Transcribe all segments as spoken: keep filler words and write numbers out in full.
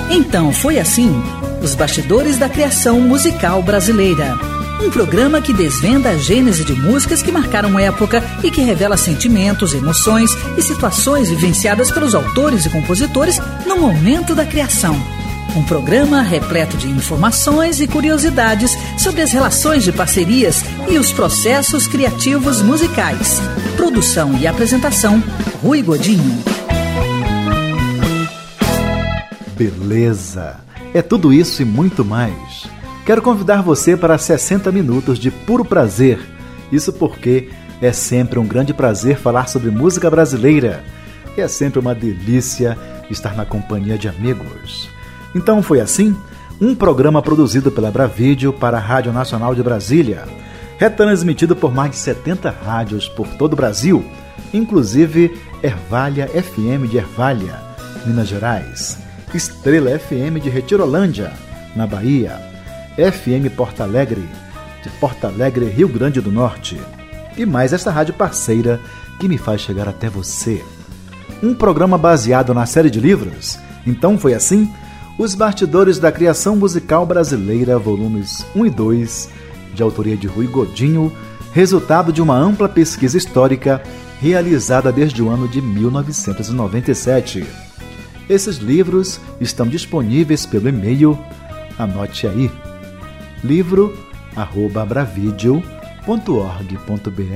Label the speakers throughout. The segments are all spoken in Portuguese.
Speaker 1: Então foi assim, os bastidores da criação musical brasileira. Um programa que desvenda a gênese de músicas que marcaram época e que revela sentimentos, emoções e situações vivenciadas pelos autores e compositores no momento da criação. Um programa repleto de informações e curiosidades sobre as relações de parcerias e os processos criativos musicais. Produção e apresentação, Rui Godinho.
Speaker 2: Beleza! É tudo isso e muito mais. Quero convidar você para sessenta minutos de puro prazer. Isso porque é sempre um grande prazer falar sobre música brasileira. E é sempre uma delícia estar na companhia de amigos. Então foi assim, um programa produzido pela Bravídeo para a Rádio Nacional de Brasília, retransmitido por mais de setenta rádios por todo o Brasil, inclusive Ervália F M de Ervália, Minas Gerais, Estrela F M de Retirolândia, na Bahia, F M Porto Alegre, de Porto Alegre, Rio Grande do Norte, e mais esta rádio parceira que me faz chegar até você. Um programa baseado na série de livros, Então Foi Assim, Os Bastidores da Criação Musical Brasileira, volumes um e dois, de autoria de Rui Godinho, resultado de uma ampla pesquisa histórica realizada desde o ano de mil novecentos e noventa e sete. Esses livros estão disponíveis pelo e-mail, anote aí, livro arroba bravídeo ponto org ponto br.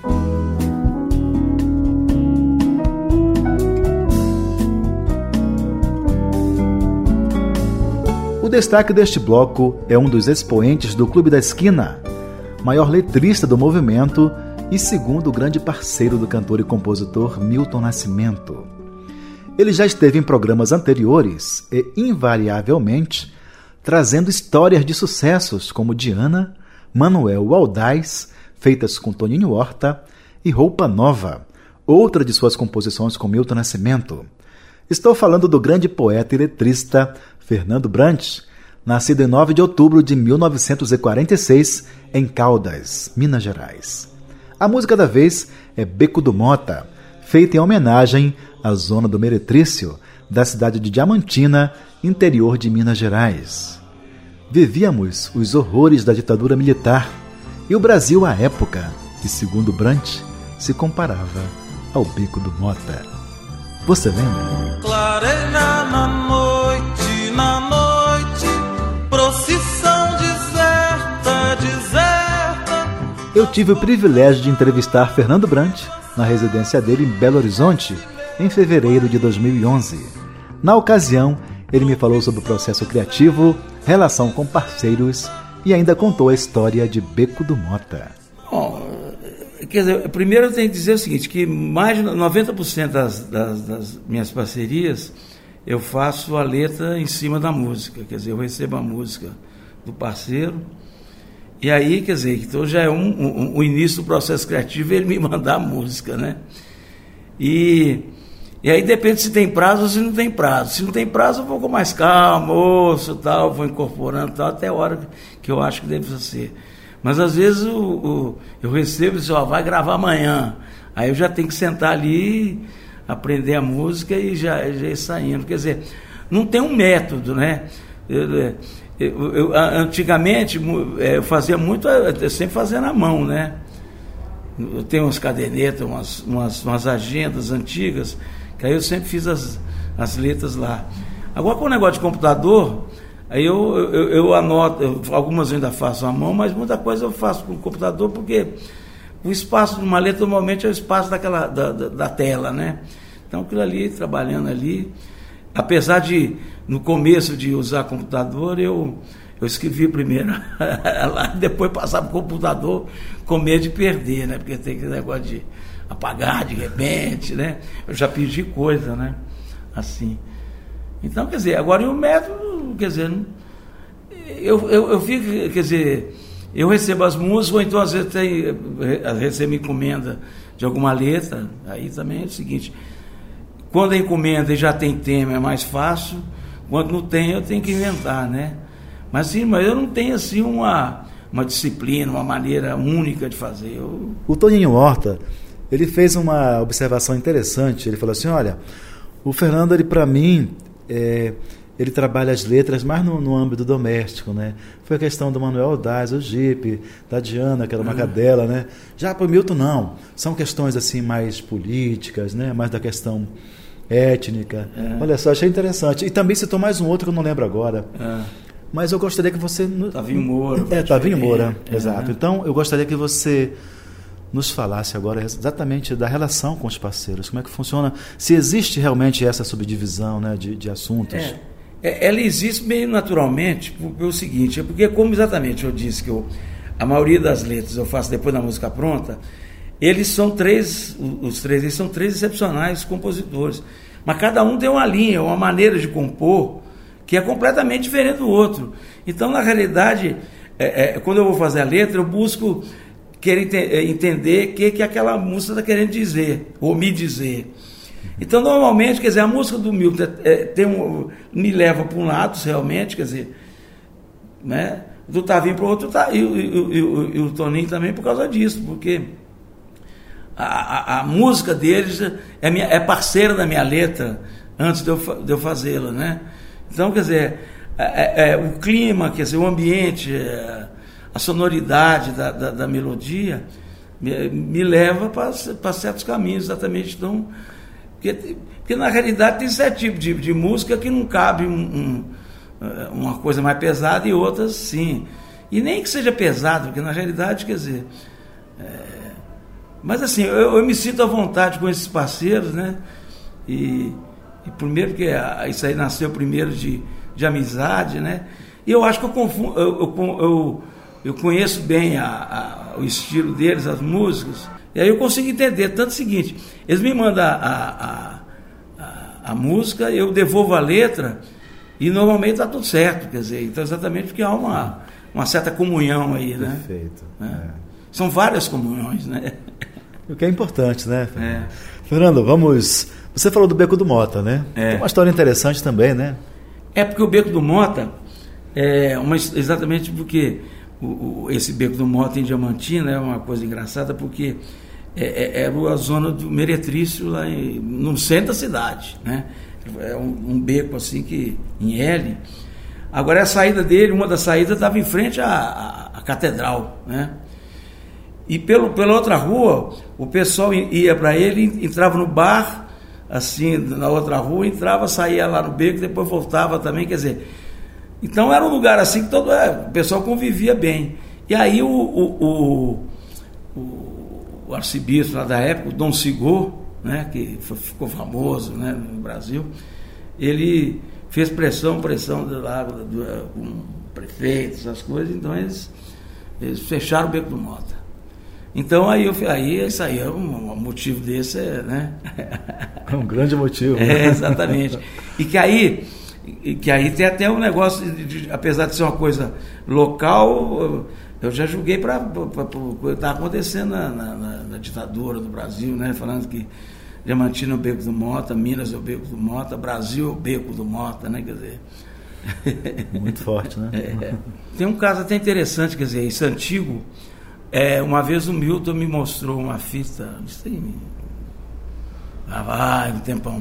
Speaker 2: O destaque deste bloco é um dos expoentes do Clube da Esquina, maior letrista do movimento e segundo grande parceiro do cantor e compositor Milton Nascimento. Ele já esteve em programas anteriores e, invariavelmente, trazendo histórias de sucessos como Diana, Manuel Waldais, feitas com Toninho Horta, e Roupa Nova, outra de suas composições com Milton Nascimento. Estou falando do grande poeta e letrista Fernando Brant, nascido em nove de outubro de mil novecentos e quarenta e seis, em Caldas, Minas Gerais. A música da vez é Beco do Mota, feita em homenagem à zona do Meretrício, da cidade de Diamantina, interior de Minas Gerais. Vivíamos os horrores da ditadura militar e o Brasil à época, que, segundo Brant, se comparava ao Beco do Mota. Você lembra?
Speaker 3: Clareia na noite, na noite, procissão deserta, deserta.
Speaker 2: Eu tive o privilégio de entrevistar Fernando Brant na residência dele em Belo Horizonte, em fevereiro de dois mil e onze. Na ocasião, ele me falou sobre o processo criativo, relação com parceiros e ainda contou a história de Beco do Mota.
Speaker 4: Bom, quer dizer, primeiro eu tenho que dizer o seguinte, que mais de noventa por cento das, das, das minhas parcerias eu faço a letra em cima da música, quer dizer, eu recebo a música do parceiro e aí, quer dizer, então já é um, um, o início do processo criativo ele me mandar a música, né? E, e aí depende se tem prazo ou se não tem prazo. Se não tem prazo eu vou com mais calma, ouço, tal, vou incorporando tal, até a hora que eu acho que deve ser. Mas às vezes o, o, eu recebo e digo, ó, vai gravar amanhã. Aí eu já tenho que sentar ali, aprender a música e já, já ir saindo. Quer dizer, não tem um método, né? Eu, eu, eu, antigamente eu fazia muito, eu sempre fazia na mão, né? Eu tenho umas cadernetas, umas, umas, umas agendas antigas, que aí eu sempre fiz as, as letras lá. Agora com o negócio de computador, aí eu, eu, eu anoto, eu, algumas eu ainda faço à mão, mas muita coisa eu faço com o computador, porque o espaço de uma letra normalmente é o espaço daquela, da, da, da tela, né? Então aquilo ali, trabalhando ali, apesar de, no começo de usar computador, eu, eu escrevi primeiro lá, depois passava para o computador com medo de perder, né? Porque tem aquele negócio de apagar de repente, né? Eu já perdi coisa, né? Assim. Então, quer dizer, agora e o método, quer dizer, eu, eu, eu fico, quer dizer, eu recebo as músicas, ou então às vezes tem, recebo encomenda de alguma letra, aí também é o seguinte, quando a encomenda já tem tema é mais fácil, quando não tem eu tenho que inventar, né? Mas sim, mas eu não tenho assim uma, uma disciplina, uma maneira única de fazer. Eu...
Speaker 2: O Toninho Horta, ele fez uma observação interessante, ele falou assim, olha, o Fernando, ele para mim, é, ele trabalha as letras mais no, no âmbito doméstico, né? Foi a questão do Manuel Aldaz, o Jipe, da Diana, que era uma cadela, né? Já para o Milton, não. São questões assim mais políticas, né? Mais da questão étnica. É. Olha só, achei interessante. E também citou mais um outro que eu não lembro agora. É. Mas eu gostaria que você...
Speaker 4: Tavinho Moura.
Speaker 2: É, Tavinho Moura, é. Exato. Então, eu gostaria que você nos falasse agora exatamente da relação com os parceiros. Como é que funciona? Se existe realmente essa subdivisão, né, de, de assuntos.
Speaker 4: É. Ela existe meio naturalmente pelo seguinte, é porque como exatamente eu disse que eu, a maioria das letras eu faço depois da música pronta, eles são três, os três, eles são três excepcionais compositores, mas cada um tem uma linha, uma maneira de compor que é completamente diferente do outro. Então, na realidade, é, é, quando eu vou fazer a letra, eu busco querer ente- entender o que, que aquela música está querendo dizer, ou me dizer. Então, normalmente, quer dizer, a música do Milton é, tem um, me leva para um lado, realmente, quer dizer, né? Do Tavinho para o outro, tá, e, e, e, e, e o Toninho também por causa disso, porque a, a, a música deles é, minha, é parceira da minha letra antes de eu, de eu fazê-la, né? Então, quer dizer, é, é, o clima, quer dizer, o ambiente, é, a sonoridade da, da, da melodia me, me leva para certos caminhos, exatamente, então... Porque, porque na realidade tem certo tipo de, de música que não cabe um, um, uma coisa mais pesada e outras sim. E nem que seja pesado, porque na realidade, quer dizer... É, mas assim, eu, eu me sinto à vontade com esses parceiros, né? E, e primeiro porque isso aí nasceu primeiro de, de amizade, né? E eu acho que eu, confundo, eu, eu, eu, eu conheço bem a, a, o estilo deles, as músicas. E aí eu consigo entender, tanto o seguinte, eles me mandam a, a, a, a música, eu devolvo a letra e normalmente está tudo certo, quer dizer, então exatamente porque há uma, uma certa comunhão aí, né?
Speaker 2: Perfeito.
Speaker 4: É. É. São várias comunhões, né?
Speaker 2: O que é importante, né, Fernando?
Speaker 4: É.
Speaker 2: Fernando, vamos... Você falou do Beco do Mota, né?
Speaker 4: É.
Speaker 2: Tem uma história interessante também, né?
Speaker 4: É porque o Beco do Mota, é uma, exatamente porque o, o, esse Beco do Mota em Diamantina é uma coisa engraçada, porque... É, é, era a zona do Meretrício lá em, no centro da cidade, né? É um, um beco assim que em L. Agora a saída dele, uma das saídas estava em frente à, à, à catedral, né? E pelo, pela outra rua o pessoal ia para ele, entrava no bar assim na outra rua, entrava, saía lá no beco, depois voltava também, quer dizer, então era um lugar assim que todo é, o pessoal convivia bem. E aí o, o, o, o o arcebispo lá da época, o Dom Sigor, né, que foi, ficou famoso, né, no Brasil, ele fez pressão, pressão do, lá, do, do, com prefeitos, essas coisas, então eles, eles fecharam o Beco do Mota. Então aí, eu, aí isso aí é um, um motivo desse, é, né?
Speaker 2: É um grande motivo.
Speaker 4: É, exatamente. E que aí, e que aí tem até um negócio, de, de, apesar de ser uma coisa local... Eu já julguei para o que estava acontecendo na, na, na ditadura do Brasil, né? Falando que Diamantina é o Beco do Mota, Minas é o Beco do Mota, Brasil é o Beco do Mota, né? Quer dizer...
Speaker 2: Muito forte, né?
Speaker 4: É. Tem um caso até interessante, quer dizer, isso antigo. É, uma vez o Milton me mostrou uma fita, isso aí, ah, vai, um tempão.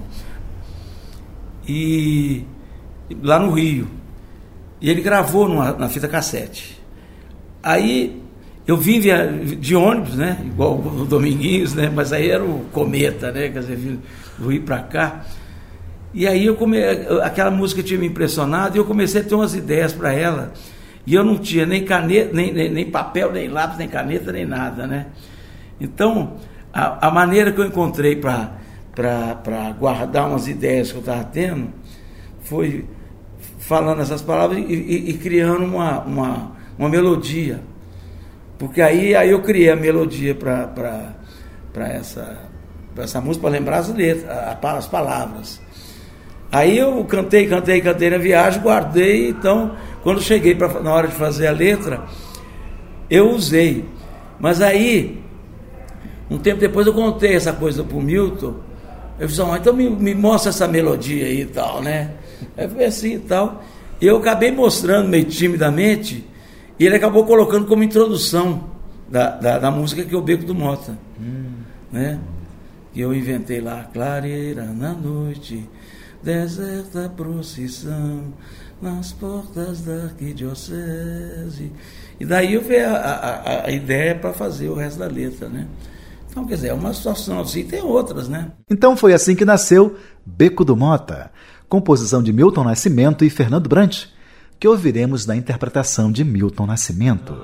Speaker 4: E lá no Rio. E ele gravou numa, na fita cassete. Aí eu vim via, de ônibus, né? Igual o Dominguinhos, né? Mas aí era o Cometa, né? Quer dizer, vim do Rio para cá. E aí eu come... aquela música tinha me impressionado e eu comecei a ter umas ideias para ela. E eu não tinha nem caneta, nem, nem, nem papel, nem lápis, nem caneta, nem nada, né? Então, a, a maneira que eu encontrei para guardar umas ideias que eu estava tendo foi falando essas palavras e, e, e criando uma, uma, uma melodia. Porque aí, aí eu criei a melodia para essa, essa música, para lembrar as letras, as palavras. Aí eu cantei, cantei, cantei na viagem, guardei, então, quando cheguei pra, na hora de fazer a letra, eu usei. Mas aí, um tempo depois eu contei essa coisa pro Milton, eu disse, oh, então me, me mostra essa melodia aí e tal, né? Aí foi assim e tal. E eu acabei mostrando meio timidamente, e ele acabou colocando como introdução da, da, da música que é o Beco do Mota. Hum. Né? E eu inventei lá, clareira na noite... deserta procissão nas portas da arquidiocese. E daí eu veio a, a, a ideia para fazer o resto da letra, né? Então, quer dizer, é uma situação assim, tem outras, né?
Speaker 2: Então foi assim que nasceu Beco do Mota, composição de Milton Nascimento e Fernando Brant, que ouviremos na interpretação de Milton Nascimento.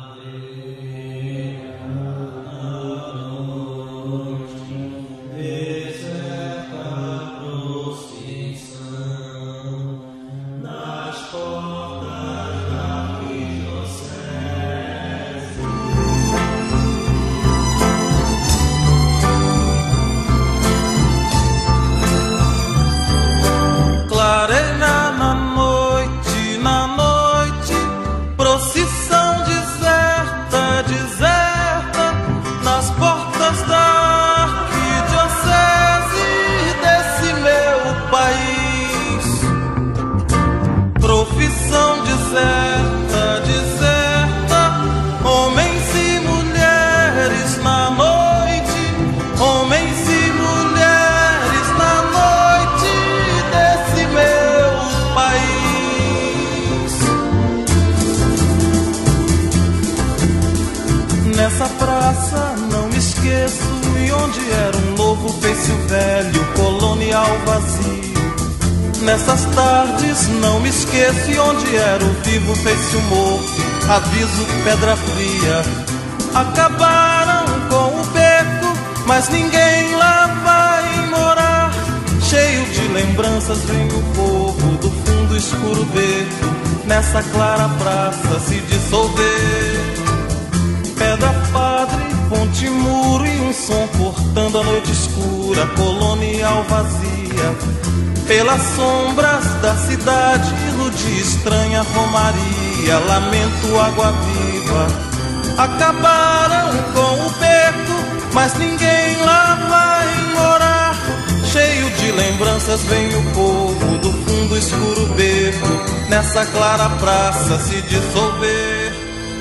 Speaker 3: Nessa praça não me esqueço, e onde era um novo fez-se o velho colonial vazio. Nessas tardes não me esqueço, e onde era o vivo fez-se o morto, aviso pedra fria. Acabaram com o beco, mas ninguém lá vai morar. Cheio de lembranças vem o povo do fundo escuro beco, nessa clara praça se dissolver. Pedra, padre, ponte, muro e um som cortando a noite escura, colonial vazia. Pelas sombras da cidade ilude estranha romaria, lamento água viva. Acabaram com o beco, mas ninguém lá vai morar. Cheio de lembranças vem o povo do fundo escuro beco, nessa clara praça se dissolver.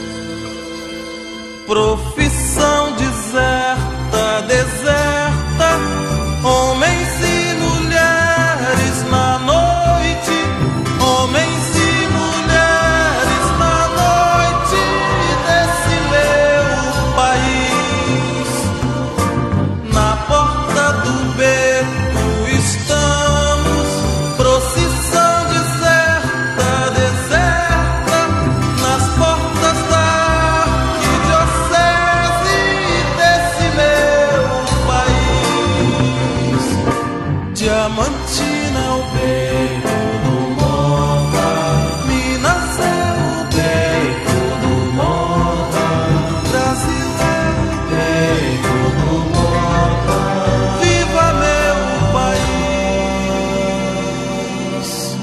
Speaker 3: Profissão deserta, deserta, homens e mulheres na noite, homens e mulheres na noite desse meu país. Na porta do beco estamos, procissão deserta, deserta, nas portas da Diamantina é o beco do Mota, Minas é o beco do Mota, Brasil é o beco do Mota, viva meu país.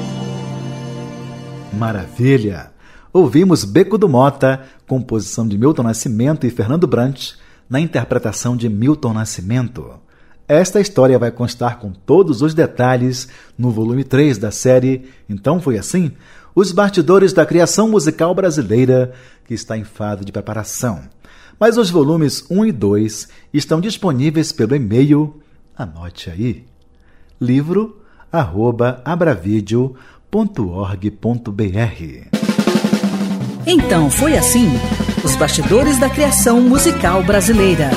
Speaker 2: Maravilha! Ouvimos Beco do Mota, composição de Milton Nascimento e Fernando Brant, na interpretação de Milton Nascimento. Esta história vai constar com todos os detalhes no volume três da série Então Foi Assim? Os Bastidores da Criação Musical Brasileira, que está em fase de preparação. Mas os volumes um e dois estão disponíveis pelo e-mail, anote aí, livro arroba abravideo ponto org ponto br.
Speaker 1: Então Foi Assim? Os Bastidores da Criação Musical Brasileira.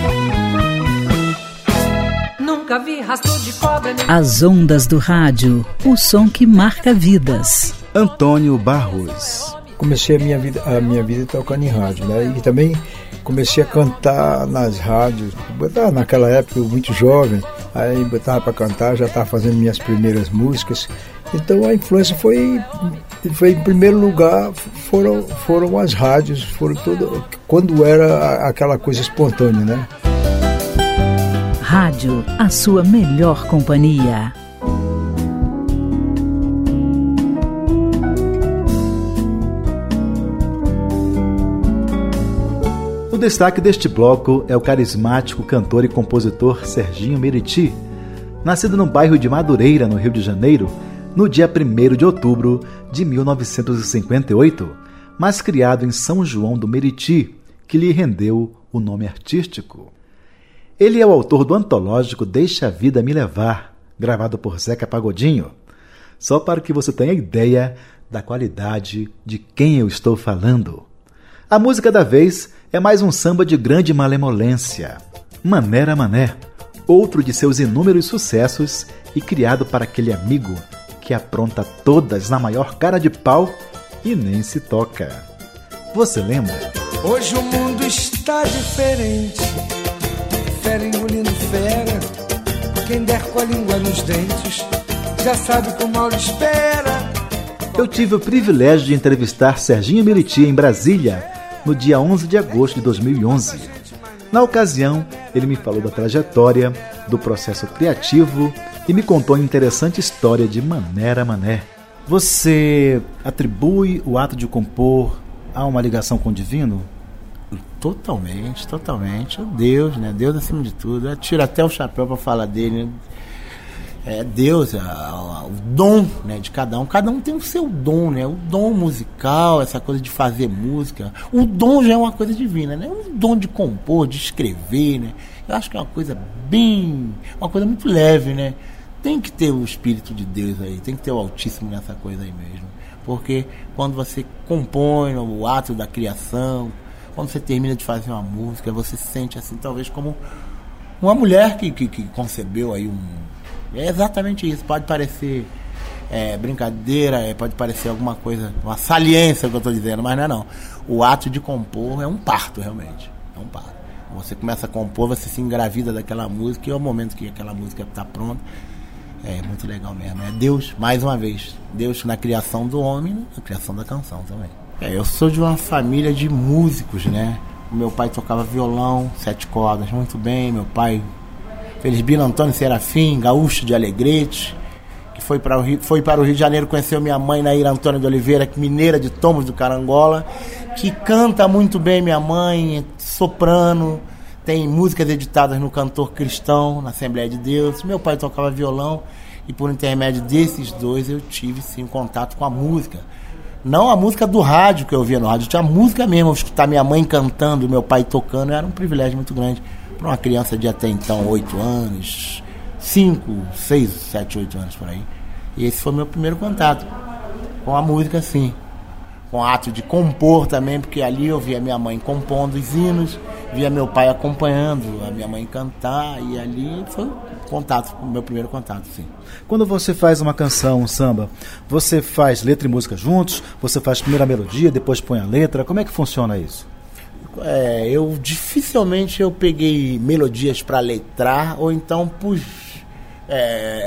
Speaker 1: As ondas do rádio, o som que marca vidas.
Speaker 2: Antônio Barros.
Speaker 5: Comecei a minha vida, a minha vida tocando em rádio, né? E também comecei a cantar nas rádios. Botava, naquela época, eu muito jovem, aí botava para cantar, já estava fazendo minhas primeiras músicas. Então a influência foi, foi em primeiro lugar, foram, foram as rádios, foram todo, quando era aquela coisa espontânea, né?
Speaker 1: Rádio, a sua melhor companhia.
Speaker 2: O destaque deste bloco é o carismático cantor e compositor Serginho Meriti, nascido no bairro de Madureira, no Rio de Janeiro, no dia primeiro de outubro de mil novecentos e cinquenta e oito, mas criado em São João do Meriti, que lhe rendeu o nome artístico. Ele é o autor do antológico Deixa a Vida Me Levar, gravado por Zeca Pagodinho. Só para que você tenha ideia da qualidade de quem eu estou falando. A música da vez é mais um samba de grande malemolência. Manera Mané, outro de seus inúmeros sucessos e criado para aquele amigo que apronta todas na maior cara de pau e nem se toca. Você lembra?
Speaker 6: Hoje o mundo está diferente, fera engolindo fera, quem der com a língua nos dentes já sabe que o mal espera.
Speaker 2: Eu tive o privilégio de entrevistar Serginho Meriti em Brasília no dia onze de agosto de dois mil e onze. Na ocasião, ele me falou da trajetória, do processo criativo e me contou a interessante história de Manera Mané. Você atribui o ato de compor a uma ligação com o divino?
Speaker 7: Totalmente, totalmente. Deus, né? Deus acima de tudo. Eu tiro até o chapéu para falar dele, né? É Deus, é, o dom, né, de cada um. Cada um tem o seu dom, né? O dom musical, essa coisa de fazer música. O dom já é uma coisa divina, né? O dom de compor, de escrever, né? Eu acho que é uma coisa bem... uma coisa muito leve, né? Tem que ter o Espírito de Deus aí, tem que ter o Altíssimo nessa coisa aí mesmo. Porque quando você compõe o ato da criação, quando você termina de fazer uma música, você se sente assim, talvez como uma mulher que, que, que concebeu aí um... É exatamente isso, pode parecer é, brincadeira, é, pode parecer alguma coisa, uma saliência que eu estou dizendo, mas não é não. O ato de compor é um parto, realmente, é um parto. Você começa a compor, você se engravida daquela música e é o momento que aquela música está pronta. É muito legal mesmo. É Deus, mais uma vez, Deus na criação do homem, na criação da canção também. É, eu sou de uma família de músicos, né? O meu pai tocava violão, sete cordas, muito bem. Meu pai, Felisbino Antônio Serafim, gaúcho de Alegrete, que foi para o Rio, foi para o Rio de Janeiro, conheceu minha mãe, Naira Antônia de Oliveira, mineira de Tomos do Carangola, que canta muito bem, minha mãe, soprano. Tem músicas editadas no Cantor Cristão, na Assembleia de Deus. Meu pai tocava violão e por intermédio desses dois eu tive sim contato com a música. Não a música do rádio que eu ouvia no rádio, tinha a música mesmo. Escutar minha mãe cantando, meu pai tocando, era um privilégio muito grande para uma criança de até então oito anos, cinco, seis, sete, oito anos por aí. E esse foi meu primeiro contato com a música, sim. Com o ato de compor também, porque ali eu via minha mãe compondo os hinos, via meu pai acompanhando a minha mãe cantar, e ali foi o contato, o meu primeiro contato, sim.
Speaker 2: Quando você faz uma canção, um samba, você faz letra e música juntos? Você faz primeiro a melodia, depois põe a letra? Como é que funciona isso?
Speaker 7: É, eu dificilmente eu peguei melodias para letrar, ou então pus é,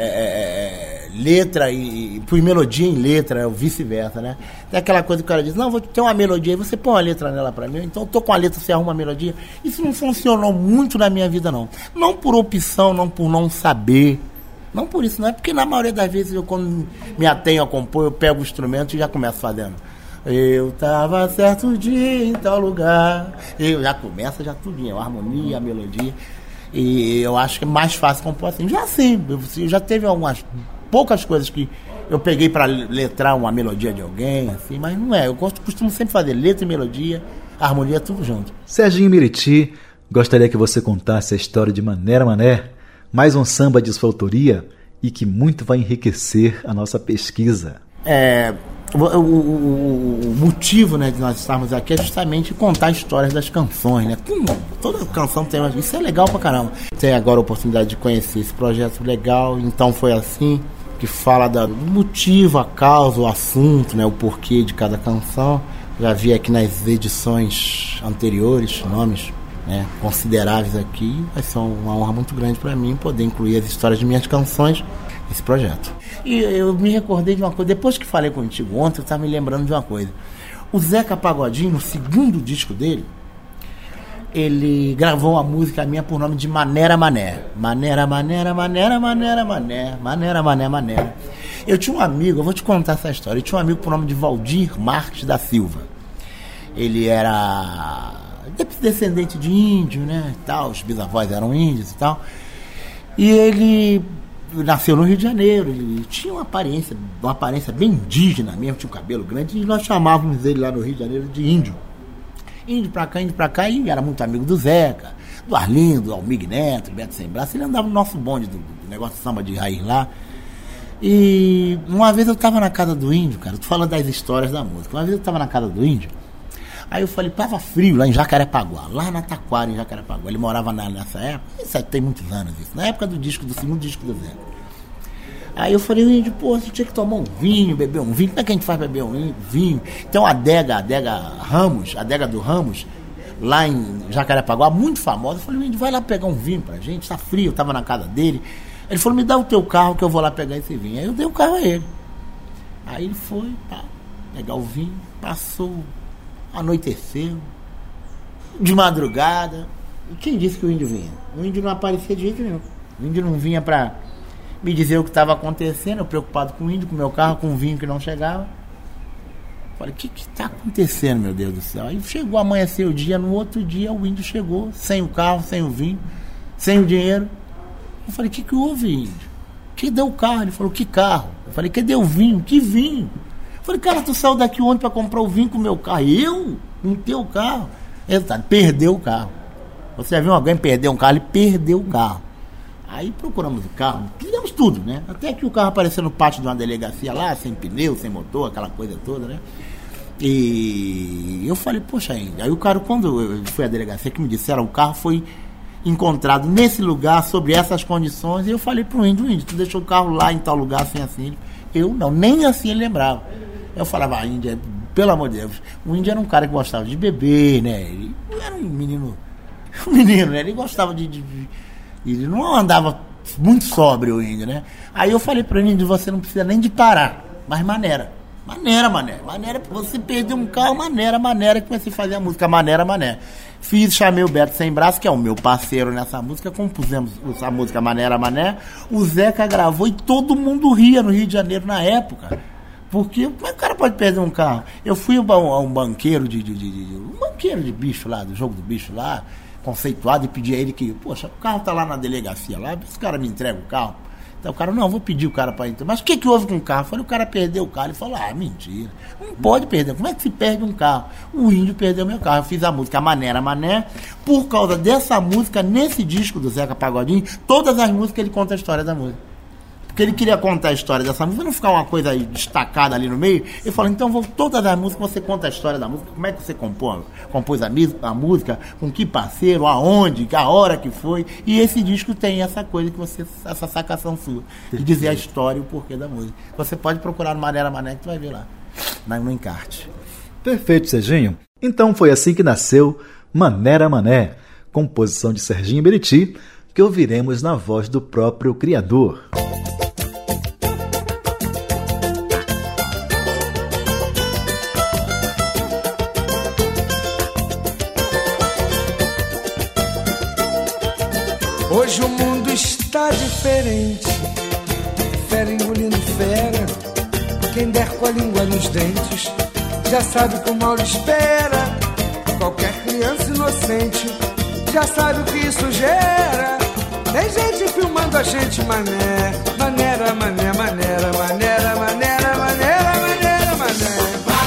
Speaker 7: é, letra e pus melodia em letra, ou vice-versa, né? Tem aquela coisa que o cara diz, não, vou ter uma melodia, e você põe uma letra nela para mim, então eu tô com a letra, você arruma uma melodia. Isso não funcionou muito na minha vida, não. Não por opção, não por não saber, não por isso, não é porque na maioria das vezes eu, quando me atenho a compor, eu pego o instrumento e já começo fazendo. Eu tava certo dia em tal lugar. Eu já começa já tudinho, a harmonia, a melodia. E eu acho que é mais fácil compor assim. Já sim, eu já teve algumas poucas coisas que eu peguei para letrar uma melodia de alguém, assim, mas não é. Eu costumo sempre fazer letra e melodia, harmonia, tudo junto.
Speaker 2: Serginho Meriti, gostaria que você contasse a história de Manera Mané, mais um samba de sua autoria e que muito vai enriquecer a nossa pesquisa.
Speaker 7: É, o, o, o, o motivo, né, de nós estarmos aqui é justamente contar histórias das canções, né? Toda canção tem, isso é legal pra caramba. Tem agora a oportunidade de conhecer esse projeto legal, então foi assim, que fala do motivo, a causa, o assunto, né, o porquê de cada canção. Já vi aqui nas edições anteriores nomes, né, consideráveis aqui. Vai ser uma honra muito grande para mim poder incluir as histórias de minhas canções nesse projeto. E eu me recordei de uma coisa, depois que falei contigo ontem, eu estava me lembrando de uma coisa. O Zeca Pagodinho, no segundo disco dele, ele gravou uma música minha por nome de Manera Mané. Manera, Manera, Manera, Manera, Mané. Manera, Mané, Mané. Eu tinha um amigo, eu vou te contar essa história. Eu tinha um amigo por nome de Valdir Marques da Silva. Ele era descendente de índio, né, e tal. Os bisavós eram índios e tal. E ele nasceu no Rio de Janeiro. Ele tinha uma aparência, uma aparência bem indígena mesmo, tinha um cabelo grande. E nós chamávamos ele lá no Rio de Janeiro de índio. Índio pra cá, índio pra cá, e era muito amigo do Zeca, do Arlindo, do Almir Neto, Beto Sem Braço, ele andava no nosso bonde do, do negócio de samba de raiz lá. E uma vez eu tava na casa do índio, cara, tu fala das histórias da música. Uma vez eu tava na casa do índio, aí eu falei, tava frio lá em Jacarepaguá, lá na Taquara, em Jacarepaguá. Ele morava na, nessa época, isso tem muitos anos isso, na época do disco, do segundo disco do Zé. Aí eu falei, índio, pô, você tinha que tomar um vinho, beber um vinho. Como é que a gente faz beber um vinho? Tem uma adega, a adega Ramos, a adega do Ramos, lá em Jacarepaguá, muito famosa. Eu falei, índio, vai lá pegar um vinho pra gente, tá frio, eu tava na casa dele. Ele falou, me dá o teu carro que eu vou lá pegar esse vinho. Aí eu dei o carro a ele. Aí ele foi, pá, pegar o vinho, passou, anoiteceu, de madrugada. E quem disse que o índio vinha? O índio não aparecia de jeito nenhum. O índio não vinha pra me dizer o que estava acontecendo, eu preocupado com o índio, com o meu carro, com o vinho que não chegava. Falei, o que está acontecendo, meu Deus do céu? Aí chegou, amanheceu o dia, no outro dia o índio chegou, sem o carro, sem o vinho, sem o dinheiro. Eu falei, o que, que houve, índio? Que deu o carro? Ele falou, que carro? Eu falei, cadê o vinho? Que vinho? Eu falei, cara, tu saiu daqui ontem para comprar o vinho com o meu carro. Eu? No teu carro? Resultado, perdeu o carro. Você já viu alguém perder um carro? Ele perdeu o carro. Aí procuramos o carro, fizemos tudo, né? Até que o carro apareceu no pátio de uma delegacia lá, sem pneu, sem motor, aquela coisa toda, né? E eu falei, poxa, índio. Aí o cara, quando eu fui à delegacia, que me disseram, o carro foi encontrado nesse lugar, sobre essas condições, e eu falei pro índio, índio, tu deixou o carro lá em tal lugar, assim, assim. Eu não, nem assim ele lembrava. Eu falava, ah, índio, pelo amor de Deus, o índio era um cara que gostava de beber, né? Ele era um menino, um menino, né? Ele gostava de, de, de ele não andava muito sóbrio, o índio, né? Aí eu falei pro índio, você não precisa nem de parar, mas maneira. Maneira, mané. Maneira, você perdeu um carro, maneira, maneira, que comecei a fazer a música, maneira, mané. Fiz, chamei o Beto Sem Braço, que é o meu parceiro nessa música, compusemos a música Maneira, Mané. O Zeca gravou e todo mundo ria no Rio de Janeiro na época. Porque como é que o cara pode perder um carro? Eu fui a um, um banqueiro de, de, de, de. Um banqueiro de bicho lá, do jogo do bicho lá, conceituado, e pedi a ele que, poxa, o carro tá lá na delegacia lá, esse cara me entrega o carro. Então o cara, não, vou pedir o cara para entrar. Mas o que que houve com o carro? Eu falei, o cara perdeu o carro. Ele falou, ah, mentira. Não pode perder. Como é que se perde um carro? O índio perdeu meu carro. Eu fiz a música Maneira Mané. Por causa dessa música, nesse disco do Zeca Pagodinho, todas as músicas ele conta a história da música. Porque ele queria contar a história dessa música, não ficar uma coisa destacada ali no meio. Ele falou, então vou, todas as músicas você conta a história da música, como é que você compôs, compôs a, a música, com que parceiro, aonde, a hora que foi. E esse disco tem essa coisa que você, essa sacação sua, de dizer a história e o porquê da música. Você pode procurar no Maneira Mané que tu vai ver lá, no encarte.
Speaker 2: Perfeito, Serginho. Então foi assim que nasceu Maneira Mané, composição de Serginho Meriti, que ouviremos na voz do próprio criador.
Speaker 6: Hoje o mundo está diferente, fera engolindo fera, quem der com a língua nos dentes, já sabe que o mal lhe espera. Qualquer criança inocente, já sabe o que isso gera. Tem gente filmando a gente, mané, maneira, mané, maneira, maneira, maneira, maneira, maneira, mané.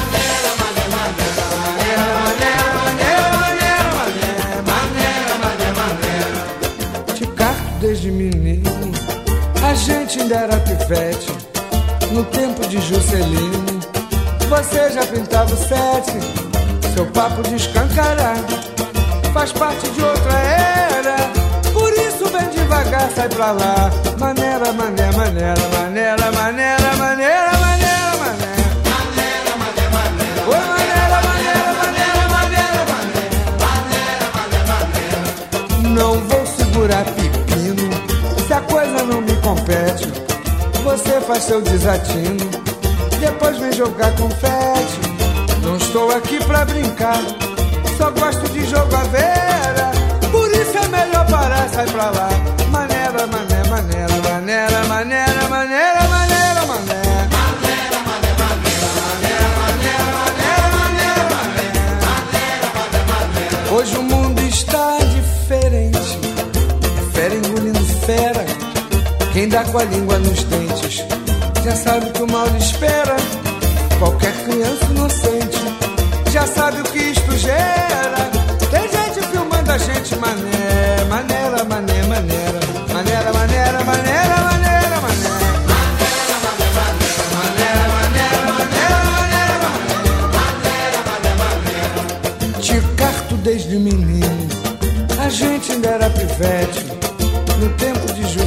Speaker 6: Desde menino, a gente ainda era pivete. No tempo de Juscelino, você já pintava o sete. Seu papo de escancarar faz parte de outra era. Por isso vem devagar, sai pra lá. Maneira, mané, maneira, maneira, maneira, maneira, maneira, mané. Maneira, mané, maneira. Oi, maneira, maneira, maneira, maneira, maneira. Maneira, maneira, maneira. Não vou segurar pico se a coisa não me compete. Você faz seu desatino, depois vem jogar confete. Não estou aqui pra brincar, só gosto de jogo à vera. Por isso é melhor parar, sai pra lá. Maneira, mané, maneira, maneira, maneira, maneira, maneira, mané. Maneira, mané, maneira, maneira, maneira, maneira, maneira, maneira. Hoje o mundo está diferente, fera engolindo fera, quem dá com a língua nos dentes, já sabe que o mal lhe espera. Qualquer criança inocente, já sabe o que isto gera. Tem gente filmando a gente, mané,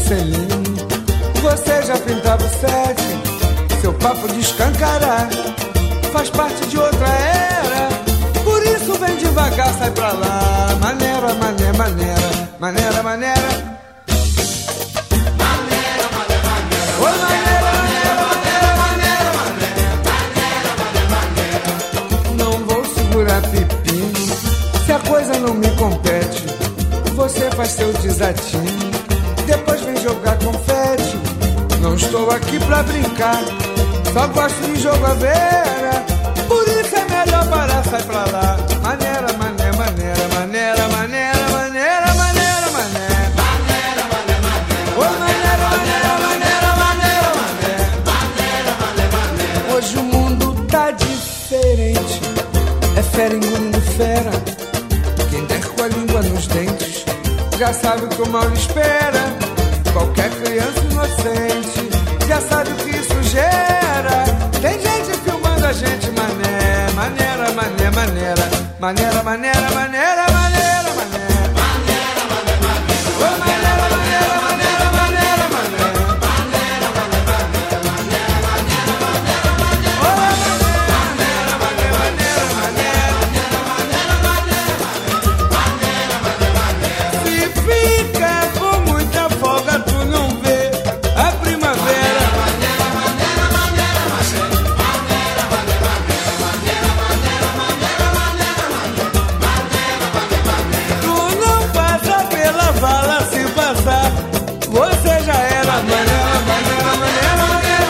Speaker 6: Juscelino. Você já pintava o sete, seu papo de escancarar faz parte de outra era. Por isso vem devagar, sai pra lá. Maneira, mané, maneira, maneira, maneira. Pepino, se a coisa não me compete, você faz seu desatino, depois vem jogar confete. Não estou aqui pra brincar, só gosto de jogo à vera. Por isso é melhor parar, sai pra lá. Maneira, mané, maneira, maneira, maneira, maneira, maneira, mané. Maneira, mané, maneira. Oi, maneira, maneira, maneira, maneira, mané. Maneira, mané, maneira. Hoje o mundo tá diferente. É fera engolindo fera. Quem der com a língua nos dentes já sabe o que o mal espera. Qualquer criança inocente já sabe o que isso gera. Tem gente filmando a gente, mané. Maneira, mané, maneira. Maneira, maneira, maneira, maneira, mané. Maneira, mané, maneira. Ô, maneira, maneira, maneira, maneira, mané. Maneira, mané, maneira, maneira, maneira, maneira, maneira. Ô, maneira, mané, maneira, maneira. Se fica com muita folga, tu não vê a primavera. Maneira, maneira, maneira, maneira, maneira, maneira, maneira, maneira, maneira, maneira. Tu não passa pela vala, se passar, você já era. Maneira, maneira, maneira, maneira,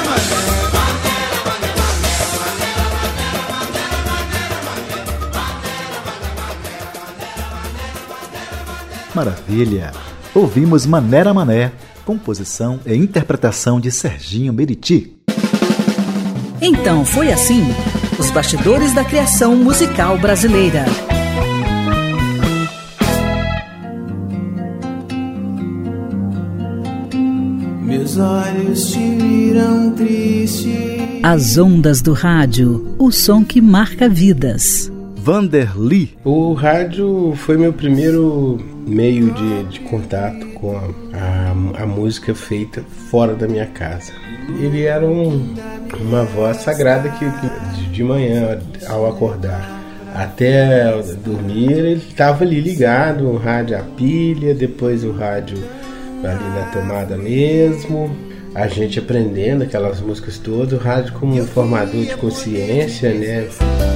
Speaker 2: Maravilha! Ouvimos Manera Mané, composição e interpretação de Serginho Meriti.
Speaker 1: Então foi assim, os bastidores da criação musical brasileira.
Speaker 8: Meus olhos te viram triste.
Speaker 1: As ondas do rádio, o som que marca vidas.
Speaker 2: Vanderly.
Speaker 9: O rádio foi meu primeiro meio de, de contato com a, a, a música feita fora da minha casa. Ele era um, uma voz sagrada que, que de manhã, ao acordar até dormir, ele estava ali ligado, o rádio a pilha, depois o rádio ali na tomada mesmo, a gente aprendendo aquelas músicas todas, o rádio como um formador de consciência, né?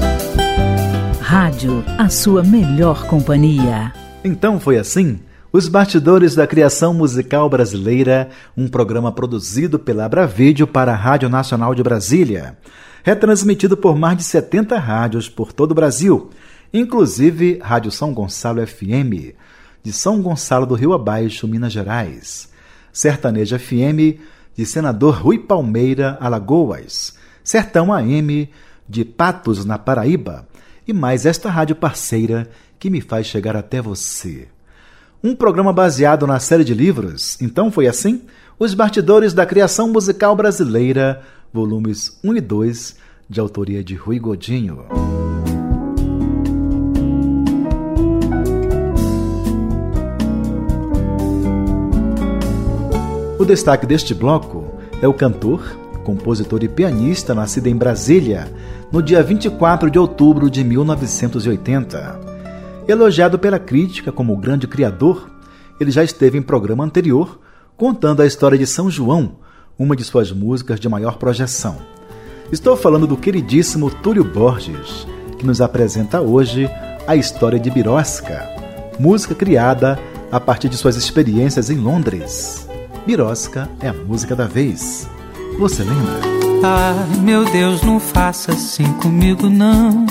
Speaker 1: Rádio, a sua melhor companhia.
Speaker 2: Então foi assim, os bastidores da criação musical brasileira, um programa produzido pela Abravídeo para a Rádio Nacional de Brasília, retransmitido por mais de setenta rádios por todo o Brasil, inclusive Rádio São Gonçalo F M, de São Gonçalo do Rio Abaixo, Minas Gerais, Sertaneja F M, de Senador Rui Palmeira, Alagoas, Sertão A M, de Patos, na Paraíba, e mais esta rádio parceira que me faz chegar até você. Um programa baseado na série de livros, Então Foi Assim, Os Bastidores da Criação Musical Brasileira, volumes um e dois, de autoria de Rui Godinho. O destaque deste bloco é o cantor, compositor e pianista nascido em Brasília, no dia vinte e quatro de outubro de mil novecentos e oitenta. Elogiado pela crítica como o grande criador, ele já esteve em programa anterior contando a história de São João, uma de suas músicas de maior projeção. Estou falando do queridíssimo Túlio Borges, que nos apresenta hoje a história de Birosca, música criada a partir de suas experiências em Londres. Birosca é a música da vez. Você lembra?
Speaker 8: Ai, meu Deus, não faça assim comigo, não.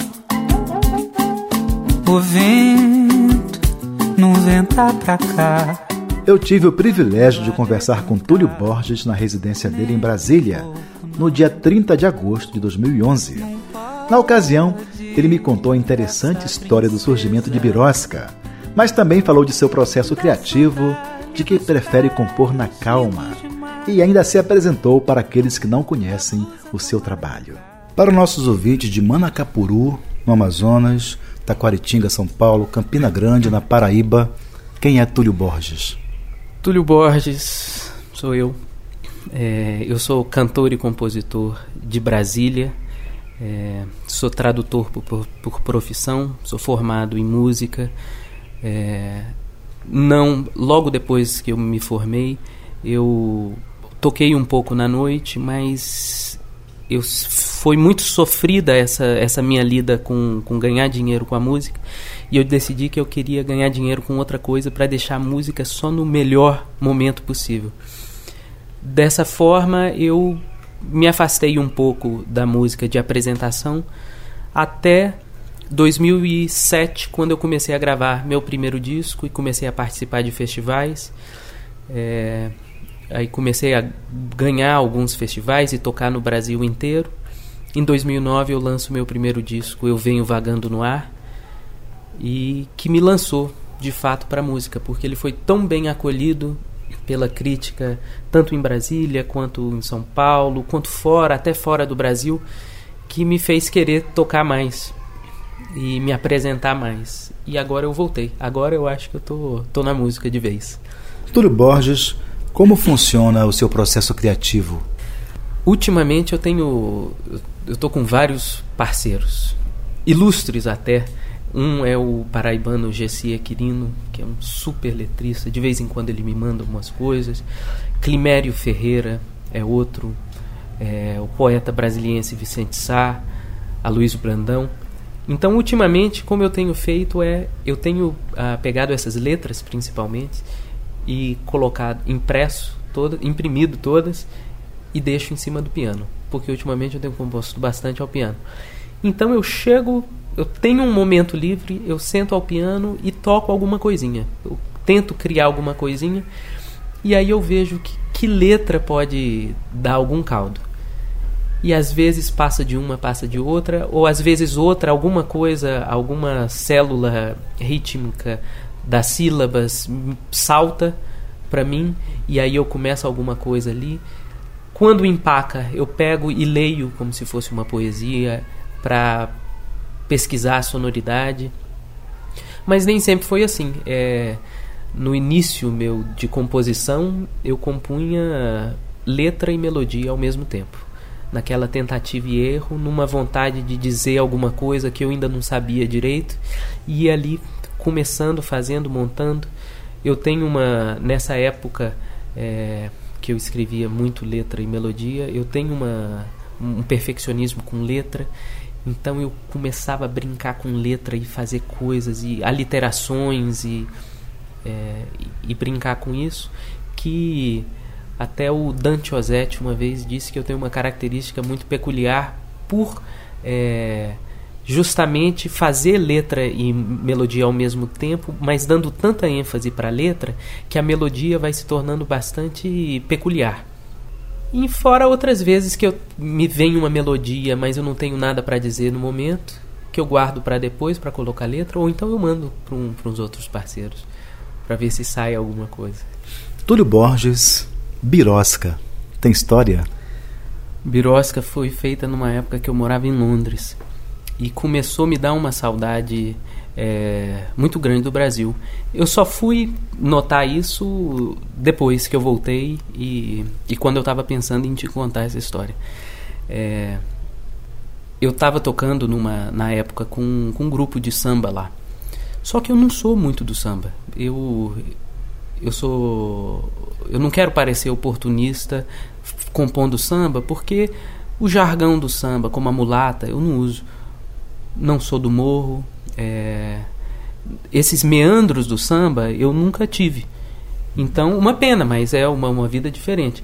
Speaker 8: O vento não venta pra cá.
Speaker 2: Eu tive o privilégio de conversar com Túlio Borges na residência dele em Brasília, no dia trinta de agosto de dois mil e onze. Na ocasião, ele me contou a interessante história do surgimento de Birosca, mas também falou de seu processo criativo, de que prefere compor na calma, e ainda se apresentou para aqueles que não conhecem o seu trabalho. Para os nossos ouvintes de Manacapuru, no Amazonas, Taquaritinga, São Paulo, Campina Grande, na Paraíba, quem é Túlio Borges?
Speaker 10: Túlio Borges sou eu. É, eu sou cantor e compositor de Brasília, é, sou tradutor por, por, por profissão, sou formado em música. É, não, logo depois que eu me formei, eu toquei um pouco na noite, mas eu, foi muito sofrida essa, essa minha lida com, com ganhar dinheiro com a música, e eu decidi que eu queria ganhar dinheiro com outra coisa para deixar a música só no melhor momento possível. Dessa forma, eu me afastei um pouco da música de apresentação até dois mil e sete, quando eu comecei a gravar meu primeiro disco e comecei a participar de festivais. É, aí comecei a ganhar alguns festivais e tocar no Brasil inteiro. Em dois mil e nove eu lanço meu primeiro disco, Eu Venho Vagando no Ar, e que me lançou de fato para a música, porque ele foi tão bem acolhido pela crítica, tanto em Brasília quanto em São Paulo, quanto fora, até fora do Brasil, que me fez querer tocar mais e me apresentar mais. E agora eu voltei. Agora eu acho que eu tô, tô na música de vez.
Speaker 2: Túlio Borges, como funciona o seu processo criativo?
Speaker 10: Ultimamente eu tenho... Eu tô com vários parceiros, ilustres até. Um é o paraibano Gessi Quirino, que é um super letrista. De vez em quando ele me manda algumas coisas. Climério Ferreira é outro. É, o poeta brasiliense Vicente Sá, Aloysio Brandão. Então, ultimamente, como eu tenho feito é... Eu tenho ah, pegado essas letras, principalmente, e colocado, impresso, toda, imprimido todas, e deixo em cima do piano. Porque, ultimamente, eu tenho composto bastante ao piano. Então, eu chego... Eu tenho um momento livre, eu sento ao piano e toco alguma coisinha. Eu tento criar alguma coisinha e aí eu vejo que, que letra pode dar algum caldo. E às vezes passa de uma, passa de outra, ou às vezes outra, alguma coisa, alguma célula rítmica das sílabas salta para mim e aí eu começo alguma coisa ali. Quando empaca, eu pego e leio como se fosse uma poesia para pesquisar a sonoridade, mas nem sempre foi assim. É, no início meu de composição, eu compunha letra e melodia ao mesmo tempo, naquela tentativa e erro, numa vontade de dizer alguma coisa que eu ainda não sabia direito, e ali começando, fazendo, montando. Eu tenho uma, nessa época é, que eu escrevia muito letra e melodia, eu tenho uma, um perfeccionismo com letra. Então eu começava a brincar com letra e fazer coisas e aliterações e, é, e, e brincar com isso, que até o Dante Ozzetti uma vez disse que eu tenho uma característica muito peculiar por é, justamente fazer letra e melodia ao mesmo tempo, mas dando tanta ênfase para a letra que a melodia vai se tornando bastante peculiar. E fora outras vezes que eu me vem uma melodia, mas eu não tenho nada para dizer no momento, que eu guardo para depois, para colocar letra, ou então eu mando para um, uns outros parceiros, para ver se sai alguma coisa.
Speaker 2: Túlio Borges, Birosca, tem história?
Speaker 10: Birosca foi feita numa época que eu morava em Londres, e começou a me dar uma saudade é, muito grande do Brasil. Eu só fui notar isso depois que eu voltei e, e quando eu estava pensando em te contar essa história. É, eu estava tocando numa, na época com, com um grupo de samba lá. Só que eu não sou muito do samba. Eu, eu sou... Eu não quero parecer oportunista compondo samba, porque o jargão do samba, como a mulata, eu não uso. Não sou do morro. É, esses meandros do samba eu nunca tive. Então, uma pena, mas é uma, uma vida diferente.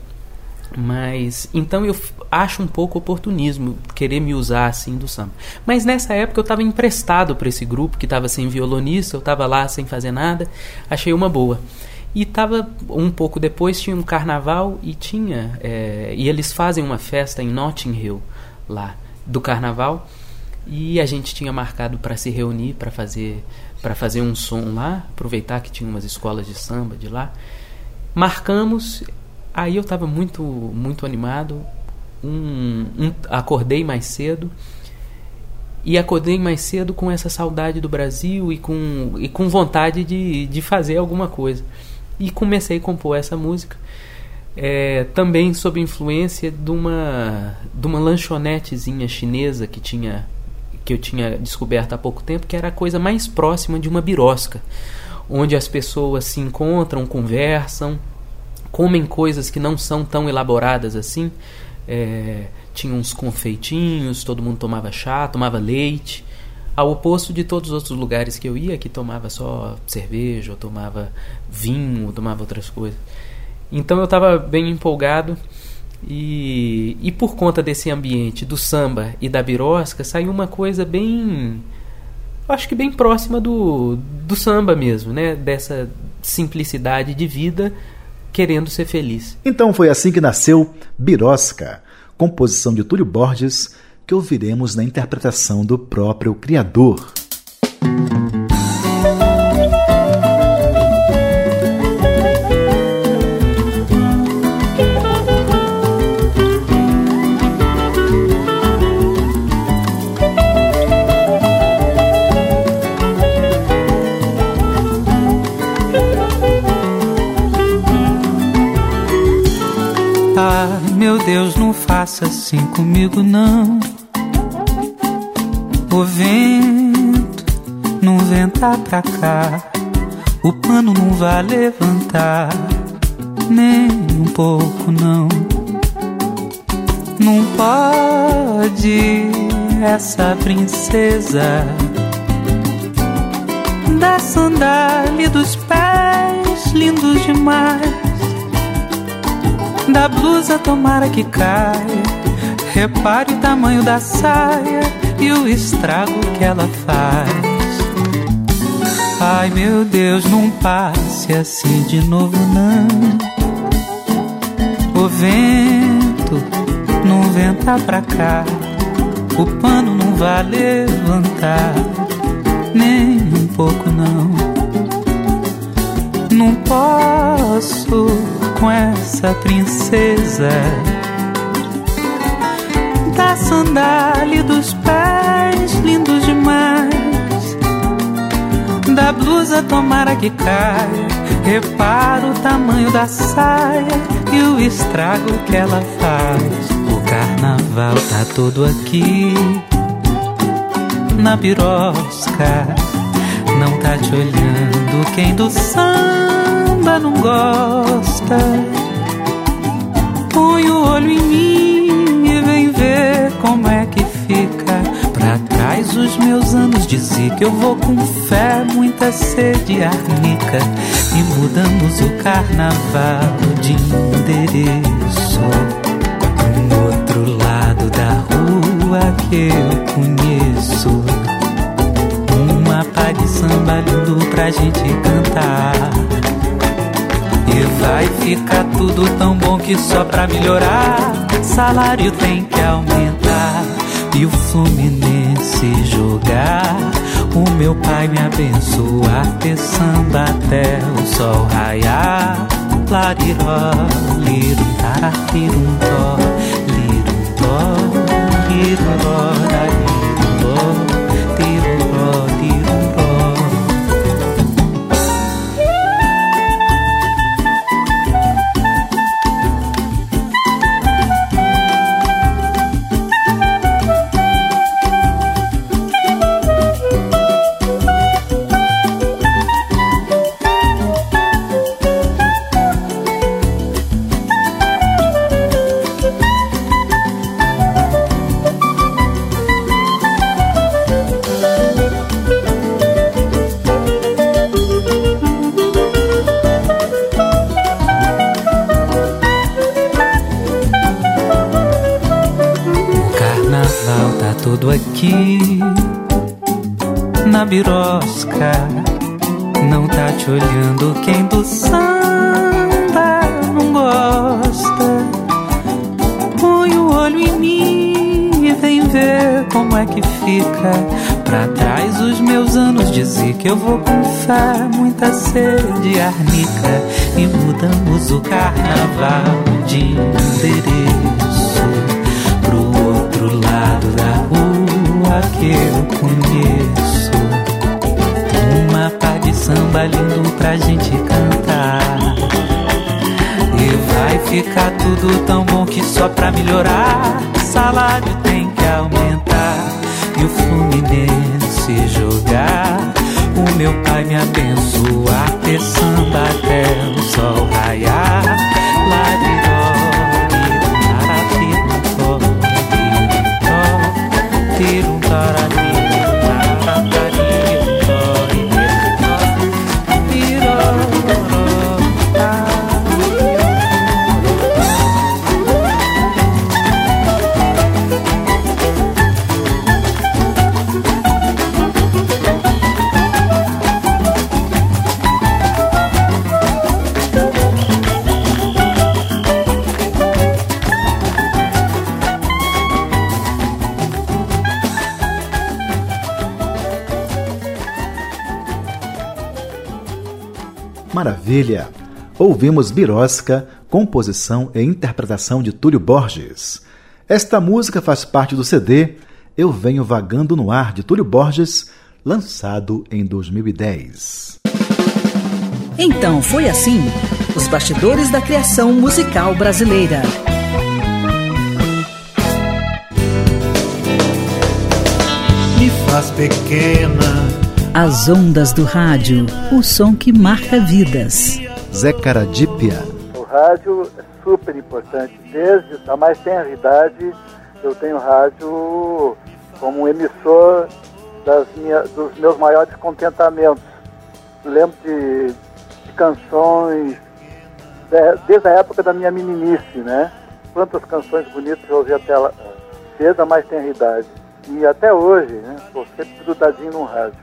Speaker 10: Mas, então eu acho um pouco oportunismo querer me usar assim do samba. Mas nessa época eu estava emprestado para esse grupo que estava sem violonista, eu estava lá sem fazer nada, achei uma boa. E estava um pouco depois, tinha um carnaval e tinha é, e eles fazem uma festa em Notting Hill lá, do carnaval. E a gente tinha marcado para se reunir, para fazer, para fazer um som lá, aproveitar que tinha umas escolas de samba de lá. Marcamos, aí eu estava muito, muito animado, um, um, acordei mais cedo, e acordei mais cedo com essa saudade do Brasil e com, e com vontade de, de fazer alguma coisa. E comecei a compor essa música. é, também sob influência de uma, de uma lanchonetezinha chinesa que, tinha, que eu tinha descoberto há pouco tempo, que era a coisa mais próxima de uma birosca, onde as pessoas se encontram, conversam, comem coisas que não são tão elaboradas assim. É, tinha uns confeitinhos, todo mundo tomava chá, tomava leite, ao oposto de todos os outros lugares que eu ia, que tomava só cerveja, ou tomava vinho, ou tomava outras coisas. Então eu estava bem empolgado, e, e por conta desse ambiente do samba e da birosca, saiu uma coisa bem, acho que bem próxima do, do samba mesmo, né? Dessa simplicidade de vida, querendo ser feliz.
Speaker 2: Então foi assim que nasceu Birosca, composição de Túlio Borges, que ouviremos na interpretação do próprio criador.
Speaker 8: Ai, meu Deus, não faça assim comigo, não. O vento não venta pra cá, o pano não vai levantar, nem um pouco, não. Não pode essa princesa da sandália dos pés lindos demais, da blusa tomara que caia, repare o tamanho da saia e o estrago que ela faz. Ai, meu Deus, não passe assim de novo, não. O vento não venta pra cá, o pano não vai levantar, nem um pouco, não. Não posso com essa princesa da sandália dos pés lindos demais, da blusa tomara que caia, repara o tamanho da saia e o estrago que ela faz. O carnaval tá todo aqui na birosca, não tá te olhando quem do samba não gosta. Põe o olho em mim e vem ver como é que fica. Pra trás os meus anos dizia que eu vou com fé, muita sede arnica, e mudamos o carnaval de endereço. Um outro lado da rua que eu conheço, uma pá de samba lindo pra gente cantar. E vai ficar tudo tão bom que só pra melhorar salário tem que aumentar e o Fluminense jogar. O meu pai me abençoar, ter samba até o sol raiar. Lariró, lirum tará, lirum tó, lirum tó, liroró, lirum tó, liroró, lirum tó. Tudo aqui na birosca, não tá te olhando quem do samba não gosta. Põe o olho em mim e vem ver como é que fica. Pra trás os meus anos dizia que eu vou com fé, muita sede arnica, e mudamos o carnaval de endereço pro outro lado da rua que eu conheço. Uma pá de samba lindo pra gente cantar. E vai ficar tudo tão bom que só pra melhorar salário tem que aumentar e o Fluminense jogar. O meu pai me abençoar, ter samba até o sol raiar. Lariró, tirum, tirum, tirum, tirum,
Speaker 2: Maravilha! Ouvimos Birosca, composição e interpretação de Túlio Borges. Esta música faz parte do C D Eu Venho Vagando no Ar, de Túlio Borges, lançado em dois mil e dez.
Speaker 1: Então foi assim, os bastidores da criação musical brasileira.
Speaker 11: Me faz pequena.
Speaker 1: As ondas do rádio, o som que marca vidas.
Speaker 2: Zé Caradípia.
Speaker 12: O rádio é super importante. Desde a mais tenra idade, eu tenho rádio como um emissor das minha, dos meus maiores contentamentos. Eu lembro de, de canções de, desde a época da minha meninice, né? Quantas canções bonitas eu ouvi até lá, desde a mais tenra idade. E até hoje, né? Estou sempre grudadinho no rádio.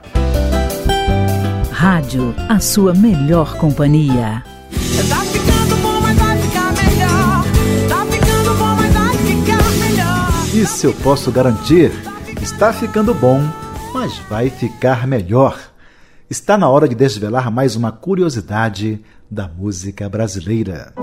Speaker 1: Rádio, a sua melhor companhia.
Speaker 11: Tá ficando bom, mas vai ficar melhor. Tá ficando bom, mas vai ficar melhor.
Speaker 2: Isso eu posso garantir. Está ficando bom, mas vai ficar melhor. Está na hora de desvelar mais uma curiosidade da música brasileira.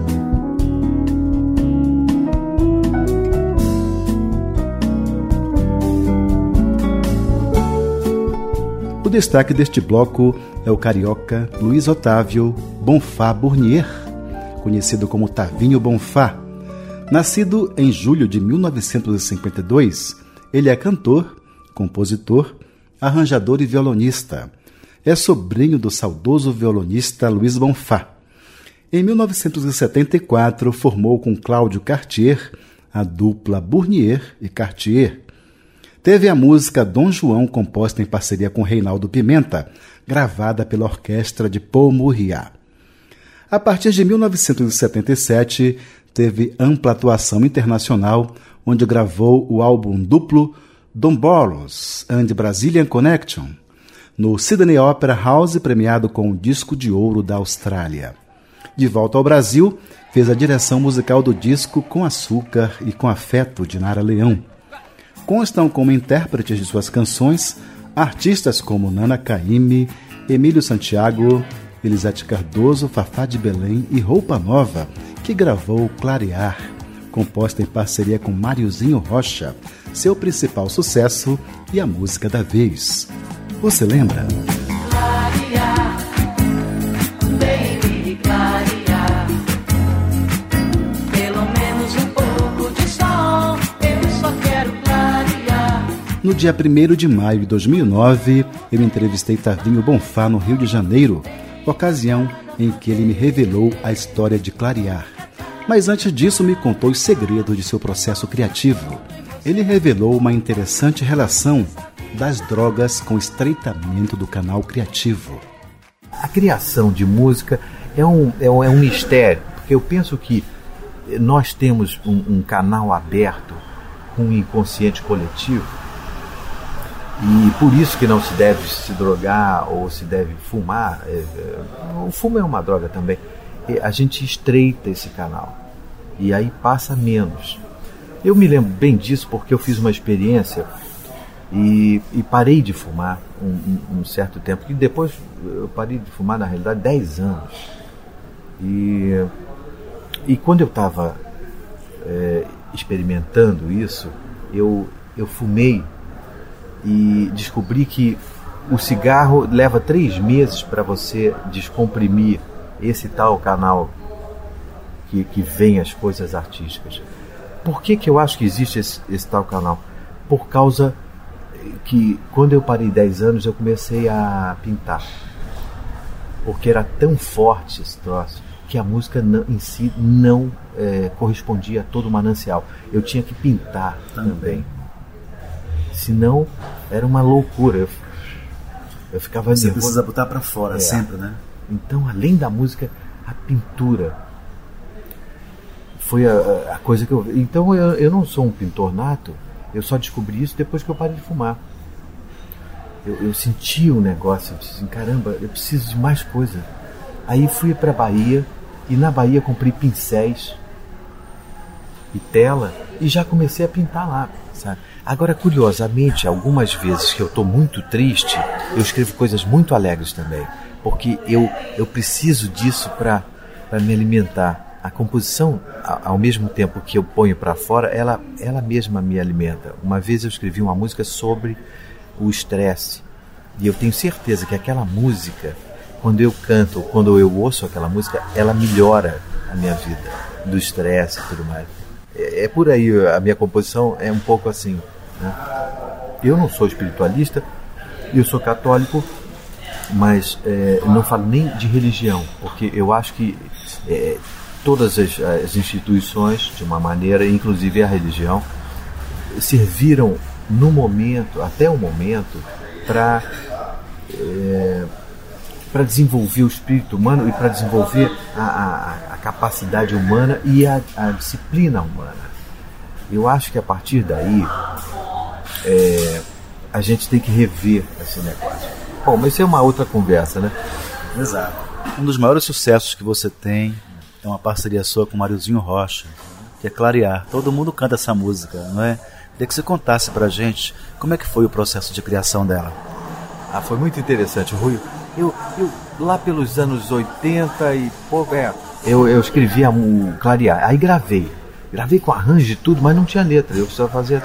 Speaker 2: O destaque deste bloco é o carioca Luiz Otávio Bonfá Burnier, conhecido como Tavinho Bonfá. Nascido em julho de mil novecentos e cinquenta e dois, ele é cantor, compositor, arranjador e violonista. É sobrinho do saudoso violonista Luiz Bonfá. Em mil novecentos e setenta e quatro, formou com Cláudio Cartier a dupla Burnier e Cartier. Teve a música Dom João, composta em parceria com Reinaldo Pimenta, gravada pela orquestra de Paul Murriat. A partir de mil novecentos e setenta e sete, teve ampla atuação internacional, onde gravou o álbum duplo Don Bolos and Brazilian Connection, no Sydney Opera House, premiado com o disco de ouro da Austrália. De volta ao Brasil, fez a direção musical do disco Com Açúcar e Com Afeto, de Nara Leão. Constam como intérpretes de suas canções artistas como Nana Caymmi, Emílio Santiago, Elisete Cardoso, Fafá de Belém e Roupa Nova, que gravou Clarear, composta em parceria com Mariozinho Rocha, seu principal sucesso e a música da vez. Você lembra?
Speaker 11: Clarear, baby, clarear. Pelo menos um pouco de sol, eu só quero clarear.
Speaker 2: No dia primeiro de maio de dois mil e nove, eu entrevistei Tavinho Bonfá no Rio de Janeiro, ocasião em que ele me revelou a história de Clarear. Mas antes disso me contou os segredos de seu processo criativo. Ele revelou uma interessante relação das drogas com o estreitamento do canal criativo.
Speaker 13: A criação de música é um, é um, é um mistério, porque eu penso que nós temos um, um canal aberto com o inconsciente coletivo, e por isso que não se deve se drogar ou se deve fumar. É, é, o fumo é uma droga também. A gente estreita esse canal e aí passa menos. Eu me lembro bem disso porque eu fiz uma experiência e, e parei de fumar um, um, um certo tempo, e depois eu parei de fumar na realidade dez anos, e, e quando eu estava é, experimentando isso, eu, eu fumei e descobri que o cigarro leva três meses para você descomprimir esse tal canal que, que vêm as coisas artísticas. Por que, que eu acho que existe esse, esse tal canal? Por causa que quando eu parei dez anos eu comecei a pintar. Porque era tão forte esse troço que a música não, em si não é, correspondia a todo o manancial. Eu tinha que pintar também. também. Senão era uma loucura. Eu, eu ficava
Speaker 2: Você
Speaker 13: nervoso.
Speaker 2: precisa botar para fora,
Speaker 13: é.
Speaker 2: sempre, né?
Speaker 13: Então, além da música, a pintura foi a, a coisa que eu... Então, eu, eu não sou um pintor nato, eu só descobri isso depois que eu parei de fumar. Eu, eu senti um negócio, eu disse assim, caramba, eu preciso de mais coisa. Aí fui para Bahia, e na Bahia comprei pincéis e tela, e já comecei a pintar lá, sabe? Agora, curiosamente, algumas vezes que eu estou muito triste, eu escrevo coisas muito alegres também, porque eu, eu preciso disso para me alimentar. A composição, ao mesmo tempo que eu ponho para fora, ela, ela mesma me alimenta. Uma vez eu escrevi uma música sobre o estresse, e eu tenho certeza que aquela música, quando eu canto, quando eu ouço aquela música, ela melhora a minha vida, do estresse e tudo mais. É, é por aí, a minha composição é um pouco assim, né? Eu não sou espiritualista, eu sou católico, mas é, eu não falo nem de religião, porque eu acho que é, todas as, as instituições, de uma maneira, inclusive a religião, serviram no momento, até o momento, para é, para desenvolver o espírito humano e para desenvolver a, a, a capacidade humana e a, a disciplina humana. Eu acho que a partir daí é, a gente tem que rever esse negócio. Bom, mas isso é uma outra conversa, né?
Speaker 2: Exato. Um dos maiores sucessos que você tem é uma parceria sua com o Mariozinho Rocha, que é Clarear. Todo mundo canta essa música, não é? Queria que você contasse pra gente como é que foi o processo de criação dela.
Speaker 13: Ah, foi muito interessante, Rui. Eu, eu, lá pelos anos oitenta e pouco, é, eu, eu escrevi o Clarear, aí gravei. Gravei com arranjo e tudo, mas não tinha letra. Eu só fazia...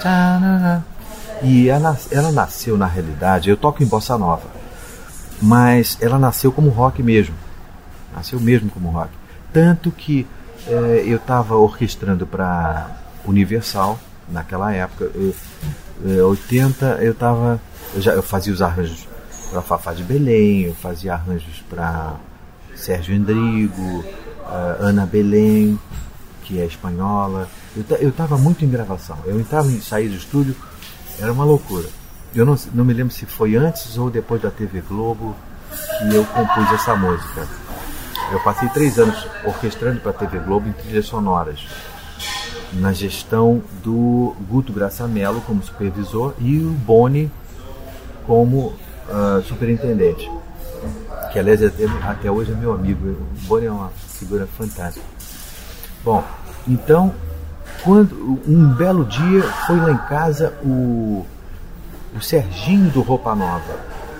Speaker 13: E ela, ela nasceu, na realidade, eu toco em bossa nova, mas ela nasceu como rock mesmo. Nasceu mesmo como rock. Tanto que é, eu estava orquestrando para Universal, naquela época, eu, é, oitenta, eu estava... Eu, já, eu fazia os arranjos para Fafá de Belém, eu fazia arranjos para Sérgio Endrigo, uh, Ana Belém, que é espanhola. Eu estava muito em gravação. Eu entrava e saía do estúdio, era uma loucura. Eu não, não me lembro se foi antes ou depois da T V Globo que eu compus essa música. Eu passei três anos orquestrando para a T V Globo em trilhas sonoras, na gestão do Guto Graça Mello como supervisor e o Boni como uh, superintendente, que aliás até, até hoje é meu amigo. O Boni é uma figura fantástica. Bom, então, quando um belo dia foi lá em casa o, o Serginho do Roupa Nova.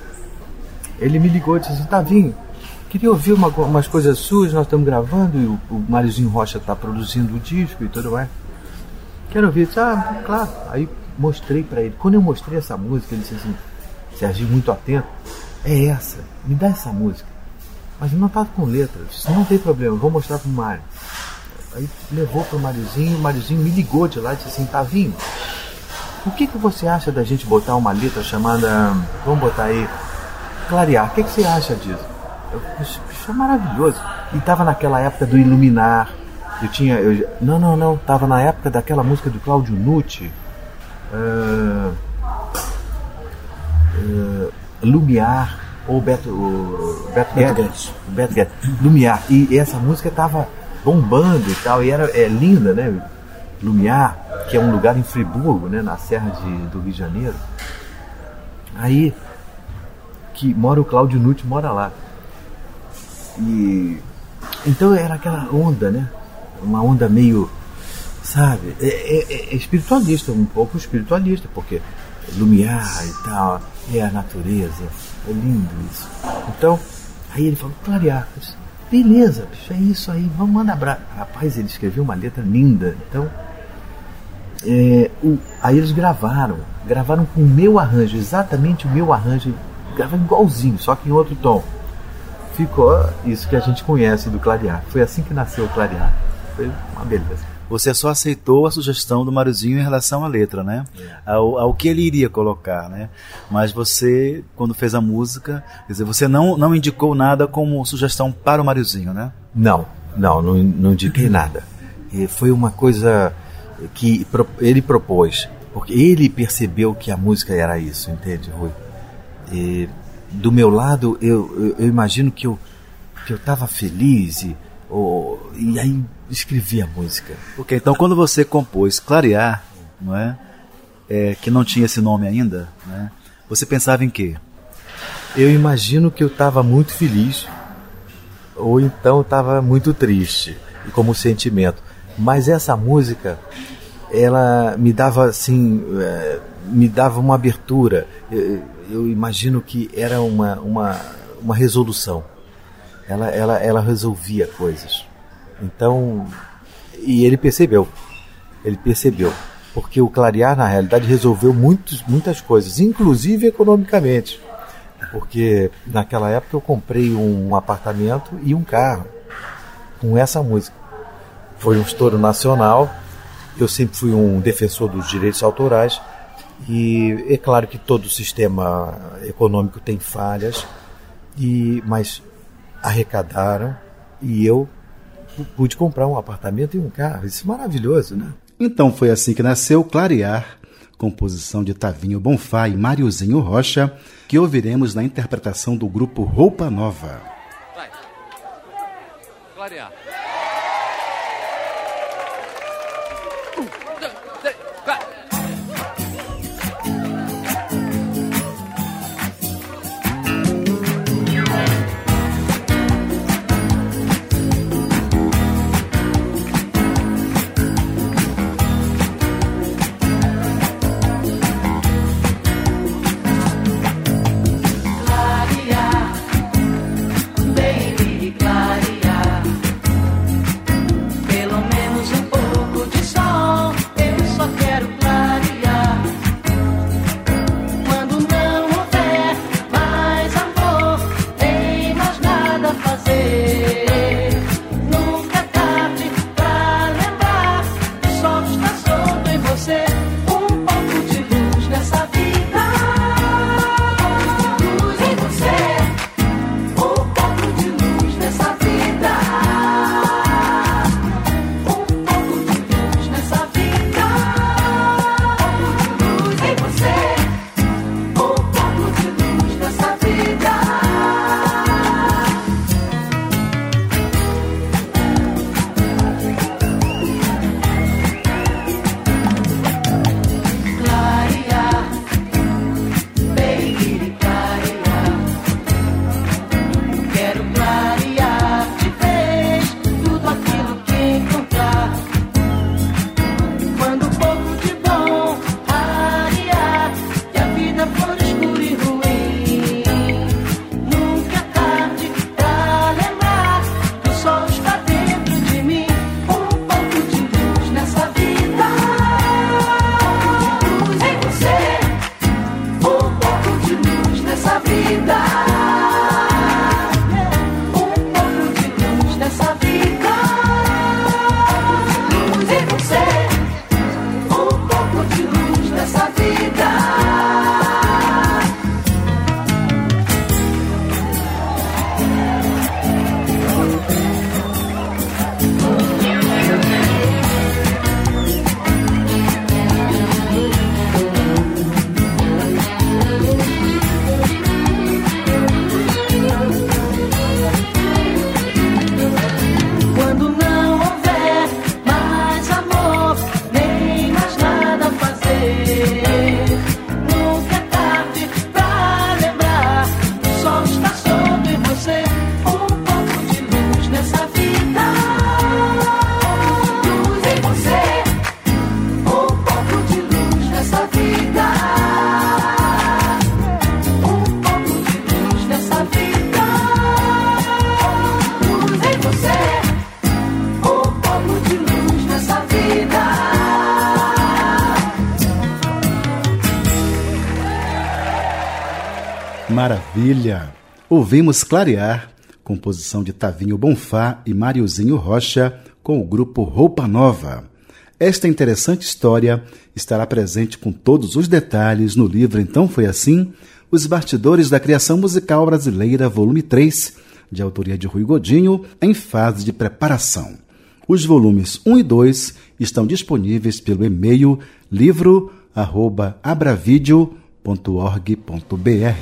Speaker 13: Ele me ligou e disse assim: Tavinho, queria ouvir uma, umas coisas suas, nós estamos gravando e o, o Mariozinho Rocha está produzindo o disco e tudo mais. Quero ouvir. Eu disse, ah, claro. Aí mostrei para ele. Quando eu mostrei essa música, ele disse assim, Serginho muito atento, é essa, me dá essa música. Mas não estava com letra. Eu disse, não tem problema, eu vou mostrar para o Mário. Aí levou para o Mariozinho, o Mariozinho me ligou de lá e disse assim, Tavinho, o que, que você acha da gente botar uma letra chamada, vamos botar aí, Clarear, o que, que você acha disso? Eu, isso é maravilhoso. E estava naquela época do Iluminar, eu tinha, eu, não, não, não, estava na época daquela música do Cláudio Nucci, uh, uh, Lumiar, ou Beto, uh, Beto, Beto Guedes, Beto Guedes, Lumiar, e essa música estava bombando e tal, e era é linda, né? Lumiar, que é um lugar em Friburgo, né, na Serra de, do Rio de Janeiro. Aí, que mora o Cláudio Nucci, mora lá. E então era aquela onda, né? Uma onda meio, sabe? É, é, é espiritualista, um pouco espiritualista, porque Lumiar e tal, é a natureza, é lindo isso. Então, aí ele falou, Clarear. Eu disse, beleza, bicho, é isso aí, vamos mandar abraço. Rapaz, ele escreveu uma letra linda. Então, é, o, aí eles gravaram, gravaram com o meu arranjo, exatamente o meu arranjo, gravaram igualzinho, só que em outro tom. Ficou isso que a gente conhece do Clarear. Foi assim que nasceu o Clarear. foi uma beleza.
Speaker 2: Você só aceitou a sugestão do Mariozinho em relação à letra, né? Ao, ao que ele iria colocar, né? Mas você, quando fez a música, quer dizer, você não, não indicou nada como sugestão para o Mariozinho, né?
Speaker 13: Não, não, não, não indiquei nada. E foi uma coisa que ele propôs, porque ele percebeu que a música era isso, entende, Rui? E do meu lado, eu, eu, eu imagino que eu que eu estava feliz e, oh, e aí escrevi a música.
Speaker 2: Ok, então quando você compôs Clarear, não é? É, que não tinha esse nome ainda, né? Você pensava em quê?
Speaker 13: Eu imagino que eu estava muito feliz ou então estava muito triste, como sentimento. Mas essa música, ela me dava assim, é, me dava uma abertura. Eu, eu imagino que era uma, uma, uma resolução. Ela, ela, ela resolvia coisas. Então, e ele percebeu. Ele percebeu. Porque o Clarear, na realidade, resolveu muitos, muitas coisas, inclusive economicamente. Porque naquela época eu comprei um apartamento e um carro com essa música. Foi um estouro nacional. Eu sempre fui um defensor dos direitos autorais. E é claro que todo o sistema econômico tem falhas, e, mas arrecadaram e eu pude comprar um apartamento e um carro. Isso é maravilhoso, né?
Speaker 2: Então foi assim que nasceu Clarear, composição de Tavinho Bonfá e Mariozinho Rocha, que ouviremos na interpretação do grupo Roupa Nova.
Speaker 14: Vai. Clarear. Um, dois, três, quatro.
Speaker 2: Maravilha! Ouvimos Clarear, composição de Tavinho Bonfá e Mariozinho Rocha, com o grupo Roupa Nova. Esta interessante história estará presente com todos os detalhes no livro Então Foi Assim, Os Bastidores da Criação Musical Brasileira, volume três, de autoria de Rui Godinho, em fase de preparação. Os volumes um e dois estão disponíveis pelo e-mail livro arroba abravideo ponto org ponto br.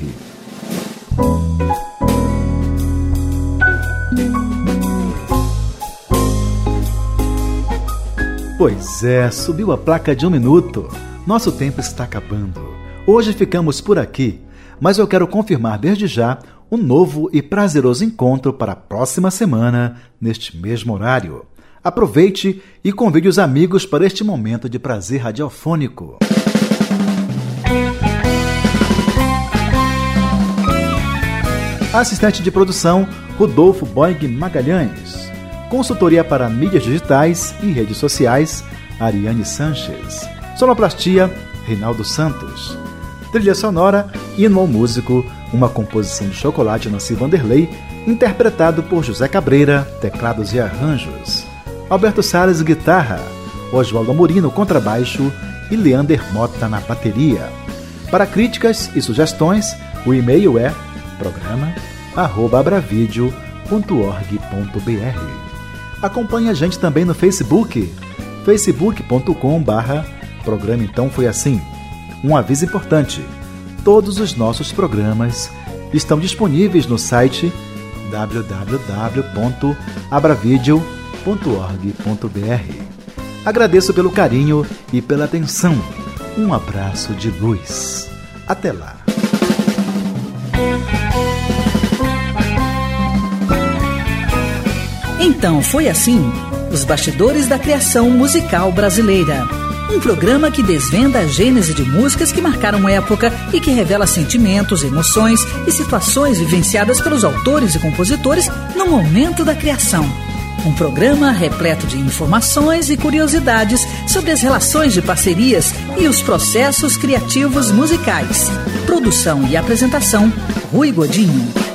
Speaker 2: Pois é, subiu a placa de um minuto. Nosso tempo está acabando. Hoje ficamos por aqui, mas eu quero confirmar desde já um novo e prazeroso encontro para a próxima semana, neste mesmo horário. Aproveite e convide os amigos para este momento de prazer radiofônico. Assistente de produção, Rodolfo Boing Magalhães. Consultoria para mídias digitais e redes sociais, Ariane Sanches. Sonoplastia, Reinaldo Santos. Trilha sonora, Hino ao Músico, uma composição de Chocolate Nancy Vanderlei, interpretado por José Cabreira, teclados e arranjos. Alberto Salles, guitarra. Oswaldo Amorim no contrabaixo e Leander Mota na bateria. Para críticas e sugestões, o e-mail é programa arroba abravideo ponto org ponto br. Acompanhe a gente também no Facebook, facebook ponto com barra programa Então Foi Assim. Um aviso importante: todos os nossos programas estão disponíveis no site w w w ponto abravideo ponto org ponto br. Agradeço pelo carinho e pela atenção. Um abraço de luz. Até lá.
Speaker 1: Então Foi Assim, os bastidores da criação musical brasileira. Um programa que desvenda a gênese de músicas que marcaram época e que revela sentimentos, emoções e situações vivenciadas pelos autores e compositores no momento da criação. Um programa repleto de informações e curiosidades sobre as relações de parcerias e os processos criativos musicais. Produção e apresentação, Rui Godinho.